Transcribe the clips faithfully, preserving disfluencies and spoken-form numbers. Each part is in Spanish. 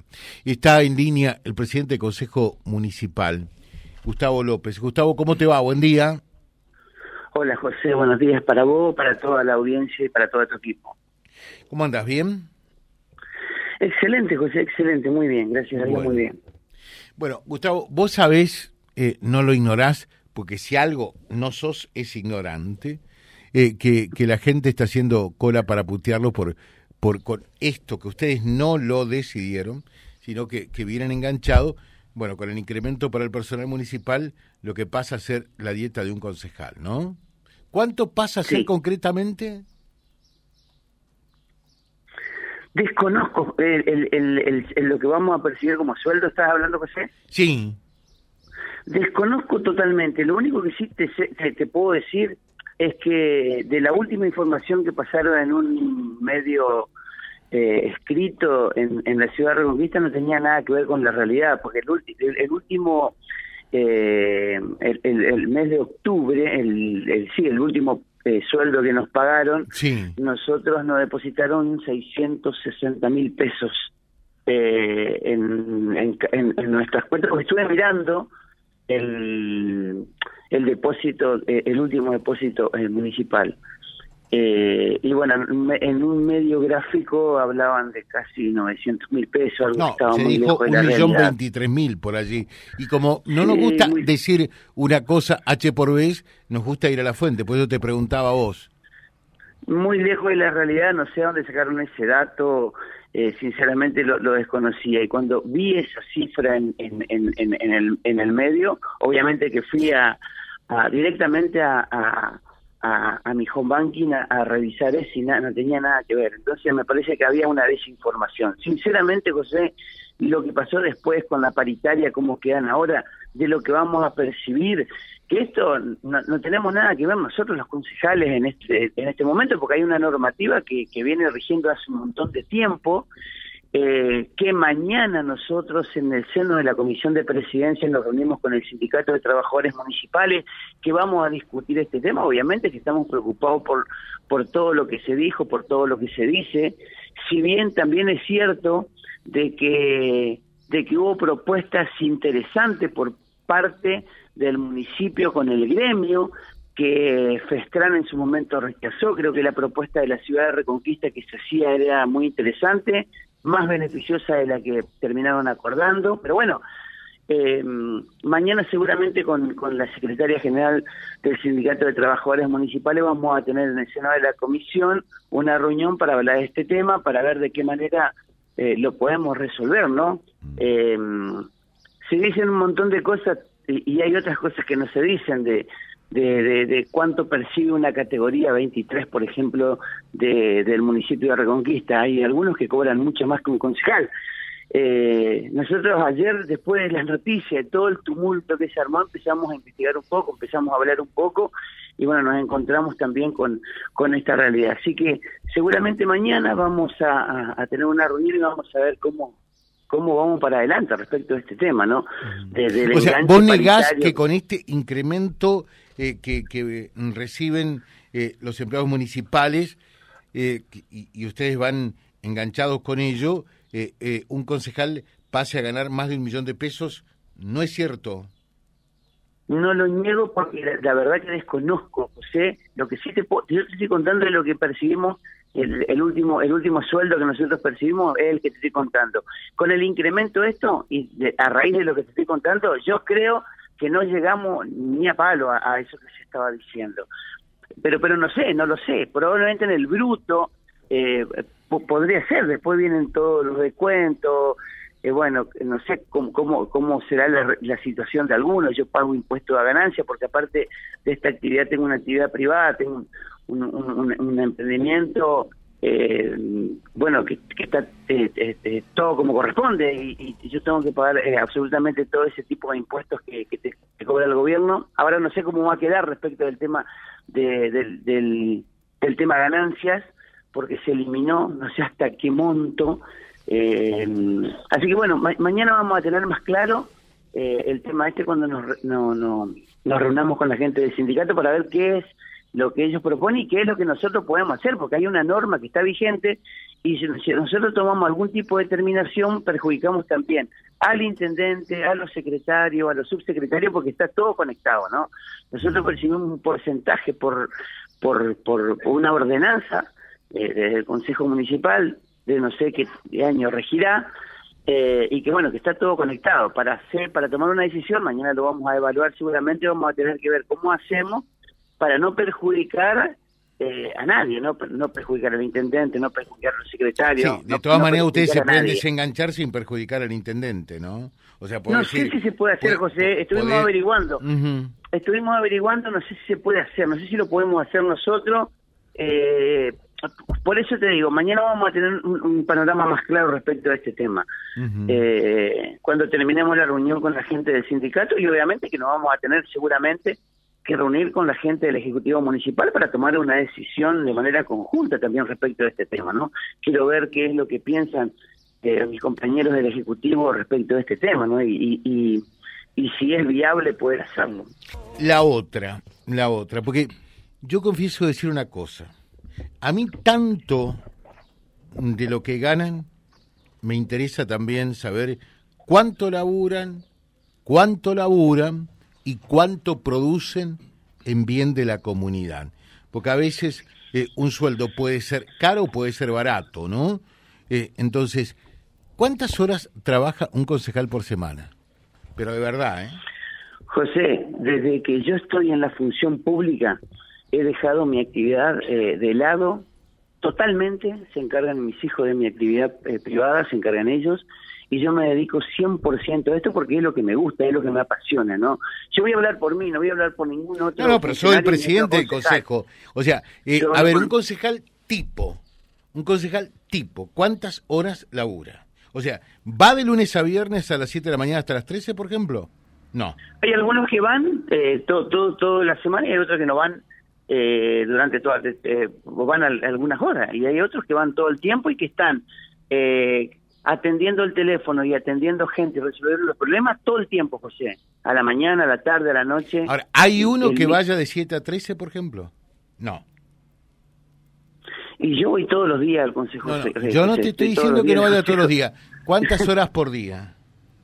Está en línea el presidente del Consejo Municipal, Gustavo López. Gustavo, ¿cómo te va? Buen día. Hola José, buenos días para vos, para toda la audiencia y para todo tu equipo. ¿Cómo andas? ¿Bien? Excelente José, excelente, muy bien, gracias a Dios, Bueno. muy bien. Bueno, Gustavo, vos sabés, eh, no lo ignorás, porque si algo no sos es ignorante, eh, que, que la gente está haciendo cola para putearlo por, por con esto, que ustedes no lo decidieron, sino que, que vienen enganchados, bueno, con el incremento para el personal municipal, lo que pasa a ser la dieta de un concejal, ¿no? ¿Cuánto pasa a ser Sí. concretamente? Desconozco el, el, el, el, el- lo que vamos a percibir como sueldo, ¿estás hablando José? Sí. Desconozco totalmente, lo único que sí te, sé- te, te puedo decir es que de la última información que pasaron en un medio eh, escrito en, en la ciudad de Reconquista no tenía nada que ver con la realidad, porque el, ulti- el, el último, eh, el, el, el mes de octubre, el, el sí, el último eh, sueldo que nos pagaron, Sí. nosotros nos depositaron seiscientos sesenta mil pesos eh, en, en, en, en nuestras cuentas, porque estuve mirando el, el depósito, eh, el último depósito eh, municipal. Eh, y bueno, me- en un medio gráfico hablaban de casi novecientos mil pesos, algo que No, estaba se muy dijo lejos de la un millón realidad. veintitrés mil por allí. Y como no Sí, nos gusta muy- decir una cosa H por B, nos gusta ir a la fuente, por eso te preguntaba a vos. Muy lejos de la realidad, no sé dónde sacaron ese dato, eh, sinceramente lo, lo desconocía. Y cuando vi esa cifra en, en, en, en, en el, en el medio, obviamente que fui a, a directamente a, a, a, a mi home banking a, a revisar eso y na- no tenía nada que ver. Entonces me parece que había una desinformación. Sinceramente, José, lo que pasó después con la paritaria, cómo quedan ahora, de lo que vamos a percibir, que esto no, no tenemos nada que ver nosotros los concejales en este en este momento, porque hay una normativa que, que viene rigiendo hace un montón de tiempo, eh, que mañana nosotros en el seno de la Comisión de Presidencia nos reunimos con el Sindicato de Trabajadores Municipales, que vamos a discutir este tema. Obviamente que estamos preocupados por, por todo lo que se dijo, por todo lo que se dice, si bien también es cierto de que, de que hubo propuestas interesantes por parte del municipio con el gremio, que Festrán en su momento rechazó. Creo que la propuesta de la ciudad de Reconquista que se hacía era muy interesante, más beneficiosa de la que terminaron acordando, pero bueno, eh, mañana seguramente con, con la secretaria general del Sindicato de Trabajadores Municipales vamos a tener en el seno de la comisión una reunión para hablar de este tema, para ver de qué manera eh, lo podemos resolver, ¿no? Eh, se dicen un montón de cosas y, y hay otras cosas que no se dicen de de, de, de cuánto percibe una categoría veintitrés, por ejemplo, de, del municipio de Reconquista. Hay algunos que cobran mucho más que un concejal. Eh, nosotros ayer, después de las noticias, de todo el tumulto que se armó, empezamos a investigar un poco, empezamos a hablar un poco, y bueno, nos encontramos también con, con esta realidad. Así que seguramente mañana vamos a, a, a tener una reunión y vamos a ver cómo cómo vamos para adelante respecto a este tema, ¿no? De, del O sea, enganche vos negás paritario. que con este incremento eh, que, que reciben eh, los empleados municipales eh, y, y ustedes van enganchados con ello, eh, eh, un concejal pase a ganar más de un millón de pesos, ¿no es cierto? No lo niego porque la, la verdad que desconozco, José. Lo que sí te puedo, yo te estoy contando de lo que percibimos, el, el último el último sueldo que nosotros percibimos es el que te estoy contando. Con el incremento de esto, y de, a raíz de lo que te estoy contando, yo creo que no llegamos ni a palo a, a eso que se estaba diciendo. Pero pero no sé, no lo sé. Probablemente en el bruto eh, po- podría ser, después vienen todos los descuentos. Eh, bueno, no sé cómo cómo, cómo será la, la situación de algunos. Yo pago impuesto a ganancia porque aparte de esta actividad tengo una actividad privada, tengo un, un, un, un emprendimiento, eh, bueno, que, que está eh, eh, todo como corresponde y, y yo tengo que pagar eh, absolutamente todo ese tipo de impuestos que, que te que cobra el gobierno. Ahora no sé cómo va a quedar respecto del tema de, del, del, del tema ganancias, porque se eliminó, no sé hasta qué monto. Eh, así que bueno, ma mañana vamos a tener más claro eh, el tema este cuando nos, no, no, nos reunamos con la gente del sindicato para ver qué es lo que ellos proponen y qué es lo que nosotros podemos hacer, porque hay una norma que está vigente y si, si nosotros tomamos algún tipo de determinación, perjudicamos también al intendente, a los secretarios, a los subsecretarios, porque está todo conectado, ¿no? Nosotros percibimos un porcentaje por por, por una ordenanza eh, del Consejo Municipal de no sé qué año regirá, eh, y que bueno, que está todo conectado. Para hacer, para tomar una decisión, mañana lo vamos a evaluar seguramente, vamos a tener que ver cómo hacemos para no perjudicar eh, a nadie, no no perjudicar al intendente, no perjudicar a los secretarios. Sí, de no, todas no maneras ustedes se pueden nadie. desenganchar sin perjudicar al intendente, ¿no? O sea, No decir, sé si se puede hacer, puede, José, estuvimos poder... averiguando. Uh-huh. Estuvimos averiguando, no sé si se puede hacer, no sé si lo podemos hacer nosotros. Eh, por eso te digo, mañana vamos a tener un, un panorama más claro respecto a este tema. Uh-huh. Eh, cuando terminemos la reunión con la gente del sindicato, y obviamente que nos vamos a tener seguramente que reunir con la gente del Ejecutivo Municipal para tomar una decisión de manera conjunta también respecto a este tema, ¿no? Quiero ver qué es lo que piensan eh, mis compañeros del Ejecutivo respecto a este tema, ¿no? Y, y, y, y si es viable poder hacerlo. La otra, la otra, porque yo confieso decir una cosa. A mí tanto de lo que ganan me interesa también saber cuánto laburan, cuánto laburan y cuánto producen en bien de la comunidad. Porque a veces eh, un sueldo puede ser caro o puede ser barato, ¿no? Eh, entonces, ¿cuántas horas trabaja un concejal por semana? Pero de verdad, ¿eh? José, desde que yo estoy en la función pública, he dejado mi actividad eh, de lado totalmente. Se encargan mis hijos de mi actividad eh, privada, se encargan ellos, y yo me dedico cien por ciento a esto porque es lo que me gusta, es lo que me apasiona, ¿no? Yo voy a hablar por mí, no voy a hablar por ningún otro. No, no, pero soy el presidente del consejo. O sea, eh, a ver, un concejal tipo, un concejal tipo, ¿cuántas horas labura? O sea, ¿va de lunes a viernes a las siete de la mañana hasta las trece, por ejemplo? No. Hay algunos que van eh, todo, todo, toda la semana, y hay otros que no van eh, durante todas, eh, van a, a algunas horas, y hay otros que van todo el tiempo y que están eh, atendiendo el teléfono y atendiendo gente, resolviendo los problemas todo el tiempo, José. A la mañana, a la tarde, a la noche. Ahora, ¿hay uno el, que vaya de siete a trece, por ejemplo? No. Y yo voy todos los días al consejo. No, no, José, yo no te estoy diciendo que no vaya todos los días. ¿Cuántas horas por día?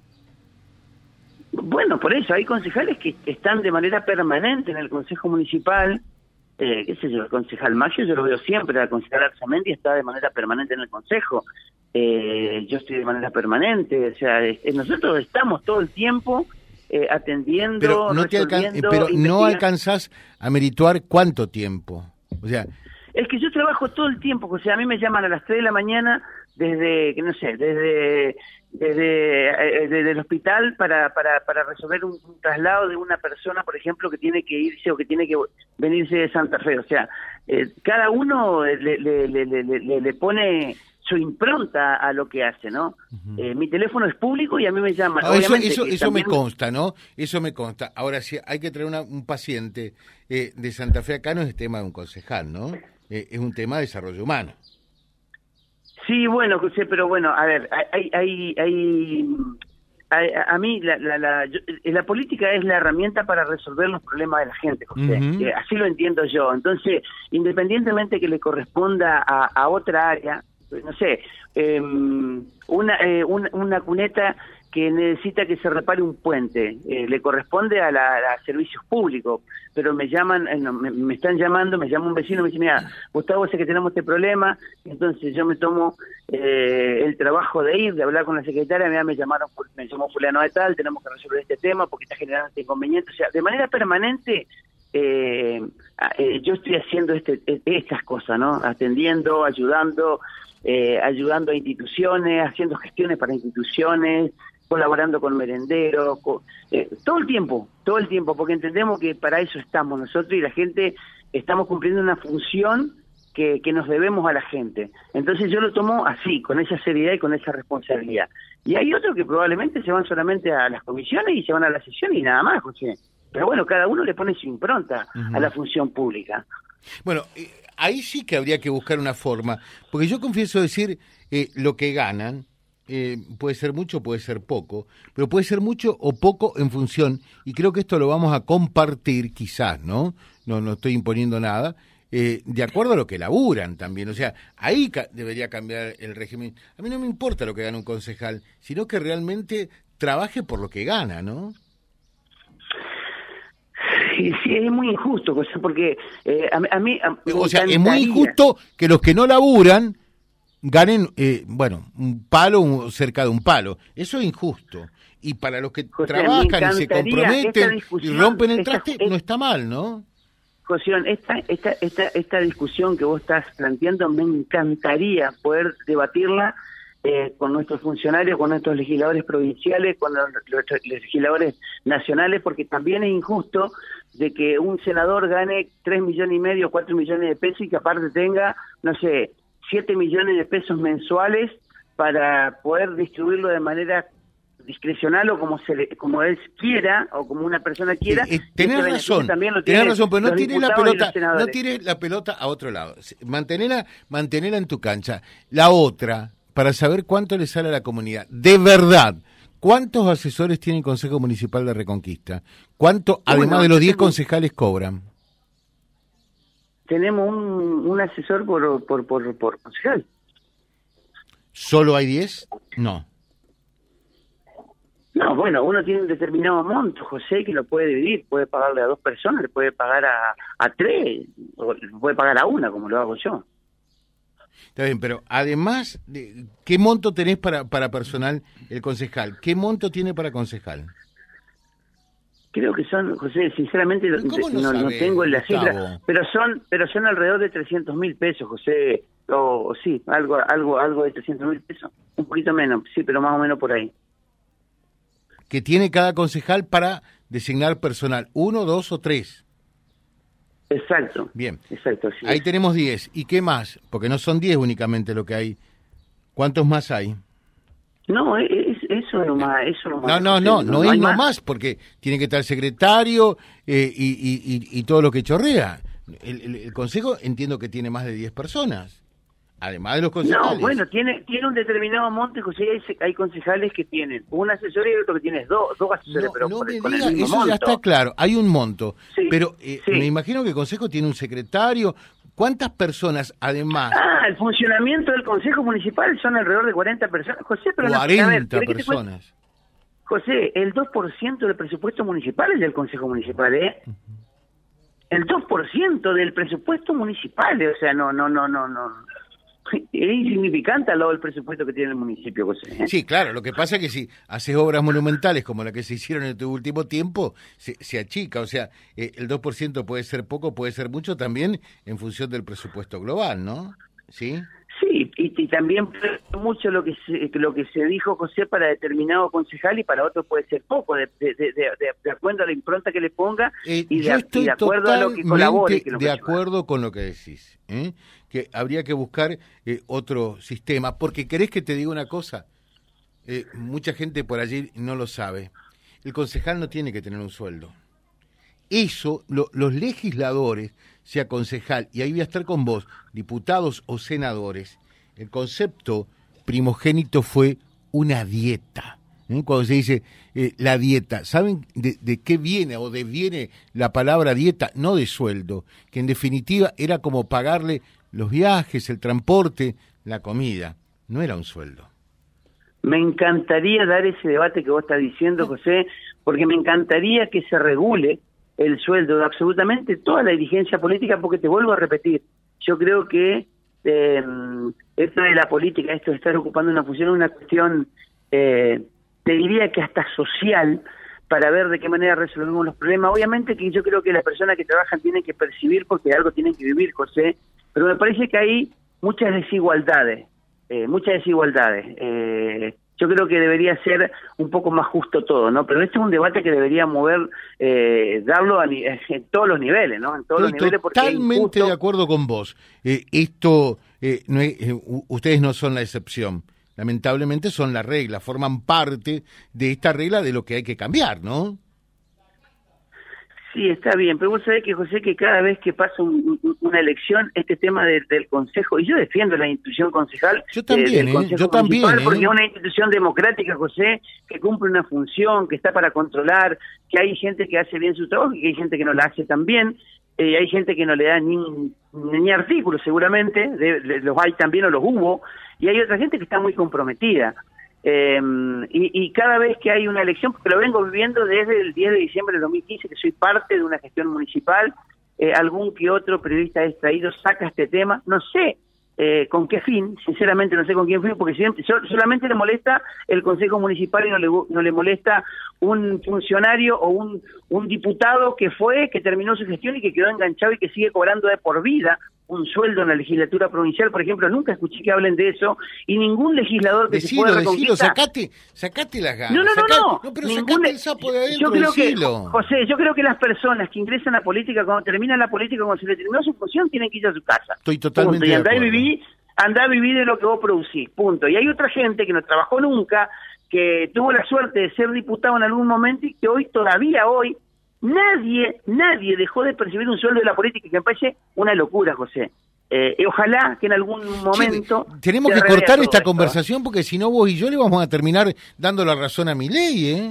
Bueno, por eso, hay concejales que están de manera permanente en el Consejo Municipal, eh, qué sé yo, el concejal Maggio, yo lo veo siempre, la concejal Arzamendi está de manera permanente en el Consejo, eh, yo estoy de manera permanente, o sea, es, nosotros estamos todo el tiempo eh, atendiendo, pero no te alcan pero no alcanzás a merituar cuánto tiempo, o sea... Es que yo trabajo todo el tiempo, o sea, a mí me llaman a las tres de la mañana desde, que no sé, desde... desde, eh, desde el hospital para, para, para resolver un, un traslado de una persona, por ejemplo, que tiene que irse o que tiene que venirse de Santa Fe. O sea, eh, cada uno le, le, le, le, le, le pone su impronta a lo que hace, ¿no? Uh-huh. eh, mi teléfono es público y a mí me llaman. Ah, eso eso, eso también... me consta, ¿no? Eso me consta. Ahora, si hay que traer una, un paciente eh, de Santa Fe acá, no es tema de un concejal, ¿no? Eh, es un tema de desarrollo humano. Sí, bueno, José, pero bueno, a ver, hay, hay, hay, hay a, a mí la, la, la, yo, la política es la herramienta para resolver los problemas de la gente, José. Uh-huh. Eh, así lo entiendo yo. Entonces, independientemente que le corresponda a, a otra área, no sé, eh, una, eh, una, una cuneta que necesita que se repare un puente, eh, le corresponde a, la, a servicios públicos, pero me llaman, eh, no, me, me están llamando, me llama un vecino y me dice, mira, Gustavo, sé que tenemos este problema, entonces yo me tomo eh, el trabajo de ir, de hablar con la secretaria, mira, me llamaron, me llamó fulano de tal, tenemos que resolver este tema porque está generando este inconveniente, o sea, de manera permanente eh, eh, yo estoy haciendo este, estas cosas, ¿no? Atendiendo, ayudando, eh, ayudando a instituciones, haciendo gestiones para instituciones, colaborando con merenderos, con, eh, todo el tiempo, todo el tiempo, porque entendemos que para eso estamos nosotros y la gente, estamos cumpliendo una función que, que nos debemos a la gente. Entonces yo lo tomo así, con esa seriedad y con esa responsabilidad. Y hay otros que probablemente se van solamente a las comisiones y se van a la sesión y nada más, José. Pero bueno, cada uno le pone su impronta uh-huh. a la función pública. Bueno, eh, ahí sí que habría que buscar una forma, porque yo confieso decir eh, lo que ganan, Eh, puede ser mucho, puede ser poco, pero puede ser mucho o poco en función, y creo que esto lo vamos a compartir quizás, ¿no? No, no estoy imponiendo nada, eh, de acuerdo a lo que laburan también. O sea, ahí ca- debería cambiar el régimen. A mí no me importa lo que gana un concejal, sino que realmente trabaje por lo que gana, ¿no? Sí, sí, es muy injusto, José, porque eh, a, a mí... A, o sea, es muy injusto que los que no laburan ganen, eh, bueno, un palo un, cerca de un palo. Eso es injusto. Y para los que José, trabajan y se comprometen y rompen el traste, esta, no está mal, ¿no? José, esta, esta, esta, esta discusión que vos estás planteando, me encantaría poder debatirla eh, con nuestros funcionarios, con nuestros legisladores provinciales, con los, los legisladores nacionales, porque también es injusto de que un senador gane tres millones y medio, cuatro millones de pesos y que aparte tenga, no sé, siete millones de pesos mensuales para poder distribuirlo de manera discrecional o como se le, como él quiera o como una persona quiera. Eh, eh, tenés razón, tenés razón, pero no tires la pelota, no tires la pelota a otro lado. Mantenela, mantenela en tu cancha. La otra, para saber cuánto le sale a la comunidad, de verdad. ¿Cuántos asesores tiene el Consejo Municipal de Reconquista? ¿Cuánto, además bueno, de los diez concejales, cobran? Tenemos un, un asesor por, por, por, por concejal. ¿Solo hay diez? No. No, bueno, uno tiene un determinado monto, José, que lo puede dividir. Puede pagarle a dos personas, le puede pagar a, a tres, o le puede pagar a una, como lo hago yo. Está bien, pero además, de, ¿qué monto tenés para, para personal el concejal? ¿Qué monto tiene para concejal? Creo que son, José, sinceramente no, no, no tengo la cifra, pero son pero son alrededor de trescientos mil pesos, José, o sí, algo algo algo de trescientos mil pesos, un poquito menos, sí, pero más o menos por ahí. Que tiene cada concejal para designar personal, uno, dos o tres. Exacto. Bien. Exacto. Sí. Ahí tenemos diez. ¿Y qué más? Porque no son diez únicamente lo que hay. ¿Cuántos más hay? No, es, eso nomás, eso nomás. No, no, no, no, no, no es nomás, más porque tiene que estar el secretario eh, y, y, y, y todo lo que chorrea. El, el, el consejo entiendo que tiene más de diez personas, además de los concejales. No, bueno, tiene tiene un determinado monte, José, hay, hay concejales que tienen un asesor y otro que tiene dos, dos asesores, no, pero no por, me con diga, el mismo eso monto. Ya está claro, hay un monto, sí, pero eh, sí. me imagino que el consejo tiene un secretario. ¿Cuántas personas, además? Ah, el funcionamiento del Consejo Municipal son alrededor de cuarenta personas. José, pero cuarenta ver, personas. José, el dos por ciento del presupuesto municipal es del Consejo Municipal, ¿eh? Uh-huh. El dos por ciento del presupuesto municipal, o sea, no, no, no, no, no. Es insignificante al lado del presupuesto que tiene el municipio, José, ¿eh? Sí, claro, lo que pasa es que si haces obras monumentales como la que se hicieron en este último tiempo, se, se achica, o sea, eh, el dos por ciento puede ser poco, puede ser mucho también en función del presupuesto global, ¿no? ¿Sí? Sí, y, y también mucho lo que se, lo que se dijo, José, para determinado concejal y para otro puede ser poco, de, de, de, de, de acuerdo a la impronta que le ponga eh, y, de, de, y de acuerdo a lo que colabore. Que lo de que acuerdo con lo que decís, ¿eh? Que habría que buscar eh, otro sistema, porque querés que te diga una cosa, eh, mucha gente por allí no lo sabe, el concejal no tiene que tener un sueldo. Eso, lo, los legisladores, sea concejal, y ahí voy a estar con vos, diputados o senadores, el concepto primogénito fue una dieta. ¿eh? Cuando se dice eh, la dieta, ¿saben de, de qué viene o de viene la palabra dieta? No de sueldo, que en definitiva era como pagarle los viajes, el transporte, la comida, no era un sueldo. Me encantaría dar ese debate que vos estás diciendo, José, porque me encantaría que se regule el sueldo de absolutamente toda la dirigencia política, porque te vuelvo a repetir, yo creo que eh, esto de la política, esto de estar ocupando una función, es una cuestión, eh, te diría que hasta social, para ver de qué manera resolvemos los problemas. Obviamente que yo creo que las personas que trabajan tienen que percibir porque algo tienen que vivir, José, pero me parece que hay muchas desigualdades, eh, muchas desigualdades. Eh, yo creo que debería ser un poco más justo todo, ¿no? Pero este es un debate que debería mover, eh, darlo a ni en todos los niveles, ¿no? En todos Estoy los niveles. Porque totalmente de acuerdo con vos. Eh, esto, eh, no es, eh, ustedes no son la excepción. Lamentablemente son la regla, forman parte de esta regla de lo que hay que cambiar, ¿no? Sí, está bien, pero vos sabés que, José, que cada vez que pasa un, un, una elección, este tema de, del Consejo, y yo defiendo la institución concejal. Yo también, eh, ¿eh? Yo también, ¿eh? Porque es una institución democrática, José, que cumple una función, que está para controlar, que hay gente que hace bien su trabajo y que hay gente que no la hace tan bien. eh, hay gente que no le da ni, ni artículos seguramente, de, de, los hay también o los hubo, y hay otra gente que está muy comprometida. Eh, y, y cada vez que hay una elección, porque lo vengo viviendo desde el diez de diciembre de dos mil quince, que soy parte de una gestión municipal, eh, algún que otro periodista extraído saca este tema, no sé eh, con qué fin, sinceramente no sé con quién fin, porque siempre, solamente le molesta el Consejo Municipal y no le, no le molesta un funcionario o un, un diputado que fue, que terminó su gestión y que quedó enganchado y que sigue cobrando de por vida un sueldo en la legislatura provincial, por ejemplo. Nunca escuché que hablen de eso, y ningún legislador que decilo, se pueda decilo, sacate, sacate las ganas. No, no, sacate, no, no, no, pero ningún, sacate el sapo de adentro, yo creo decilo. que, José, yo creo que las personas que ingresan a política, cuando terminan la política, cuando se les terminó su función, tienen que ir a su casa. Estoy totalmente punto. Y andá de y acuerdo. viví, andá a vivir de lo que vos producís, punto. Y hay otra gente que no trabajó nunca, que tuvo la suerte de ser diputado en algún momento y que hoy, todavía hoy, nadie, nadie dejó de percibir un sueldo de la política, que me parece una locura, José. Eh, y ojalá que en algún momento... Sí, tenemos que cortar esta esto. conversación, porque si no vos y yo le vamos a terminar dando la razón a Milei, ¿eh?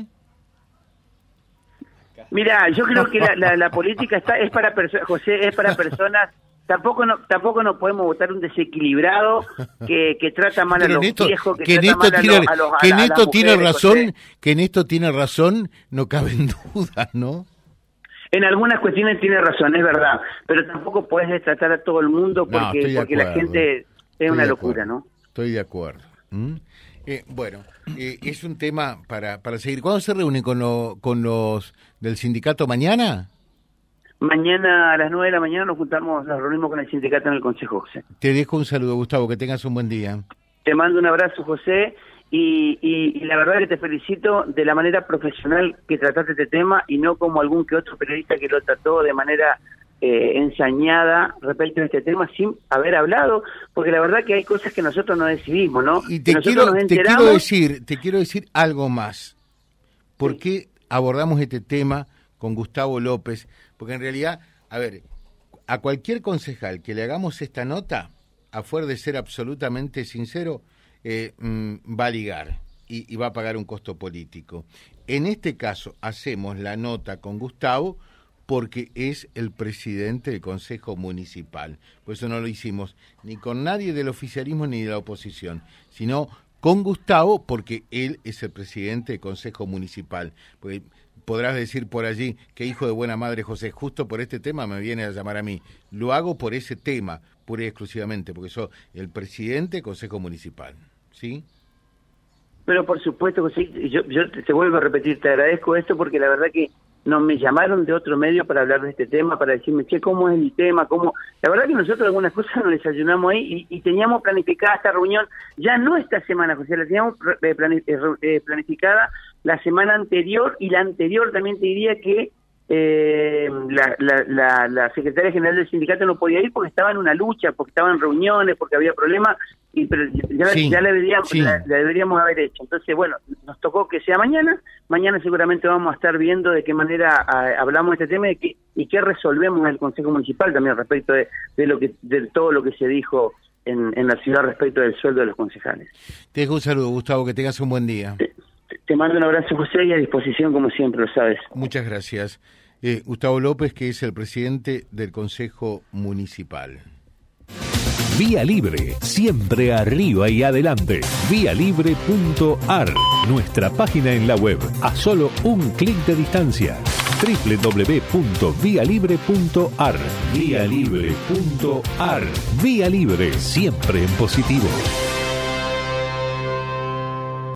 Mira, yo creo que la, la, la política está es para personas, José, es para personas... Tampoco no, tampoco no podemos votar un desequilibrado que, que trata mal a los Néstor, viejos, que, que trata mal tiene, a los, a los, que a, Néstor a las tiene mujeres, razón, José. que en esto tiene razón, no caben dudas, ¿no? En algunas cuestiones tiene razón, es verdad, pero tampoco puedes destratar a todo el mundo porque, no, porque la gente es estoy una locura, ¿no? Estoy de acuerdo. ¿Mm? Eh, bueno, eh, es un tema para, para seguir. ¿Cuándo se reúne con, lo, con los del sindicato? ¿Mañana? Mañana a las nueve de la mañana nos juntamos, nos reunimos con el sindicato en el Consejo, José. Te dejo un saludo, Gustavo, que tengas un buen día. Te mando un abrazo, José, y, y, y la verdad que te felicito de la manera profesional que trataste este tema y no como algún que otro periodista que lo trató de manera eh, ensañada respecto a este tema sin haber hablado, porque la verdad que hay cosas que nosotros no decidimos, ¿no? Y te, que quiero, nos te enteramos... quiero decir, te quiero decir algo más. ¿Por sí. qué abordamos este tema con Gustavo López? Porque en realidad, a ver, a cualquier concejal que le hagamos esta nota, a fuer de ser absolutamente sincero, eh, mmm, va a ligar y, y va a pagar un costo político. En este caso, hacemos la nota con Gustavo porque es el presidente del Consejo Municipal. Por eso no lo hicimos ni con nadie del oficialismo ni de la oposición, sino con Gustavo porque él es el presidente del Consejo Municipal. Porque podrás decir por allí que hijo de buena madre José, justo por este tema me viene a llamar a mí. Lo hago por ese tema, pura y exclusivamente, porque soy el presidente del Consejo Municipal, ¿sí? Pero por supuesto, José, yo, yo te, te vuelvo a repetir, te agradezco esto porque la verdad que no me llamaron de otro medio para hablar de este tema, para decirme, che, ¿cómo es el tema? ¿Cómo? La verdad que nosotros algunas cosas nos desayunamos ahí y, y teníamos planificada esta reunión, ya no esta semana, José, la teníamos planificada la semana anterior y la anterior también te diría que eh, la, la, la, la secretaria general del sindicato no podía ir porque estaba en una lucha, porque estaba en reuniones, porque había problemas, y pero ya, sí, ya la, deberíamos, sí. la, la deberíamos haber hecho. Entonces, bueno, nos tocó que sea mañana, mañana seguramente vamos a estar viendo de qué manera a, hablamos de este tema y qué, y qué resolvemos en el Consejo Municipal también respecto de, de, lo que, de todo lo que se dijo en, en la ciudad respecto del sueldo de los concejales. Te dejo un saludo, Gustavo, que tengas un buen día. Te, te mando un abrazo, José, y a disposición como siempre, lo sabes. Muchas gracias. Eh, Gustavo López, que es el presidente del Consejo Municipal. Vía Libre, siempre arriba y adelante. vía libre punto a r, nuestra página en la web, a solo un clic de distancia. doble u doble u doble u punto vía libre punto a r. vía libre punto a r. Vía Libre, siempre en positivo.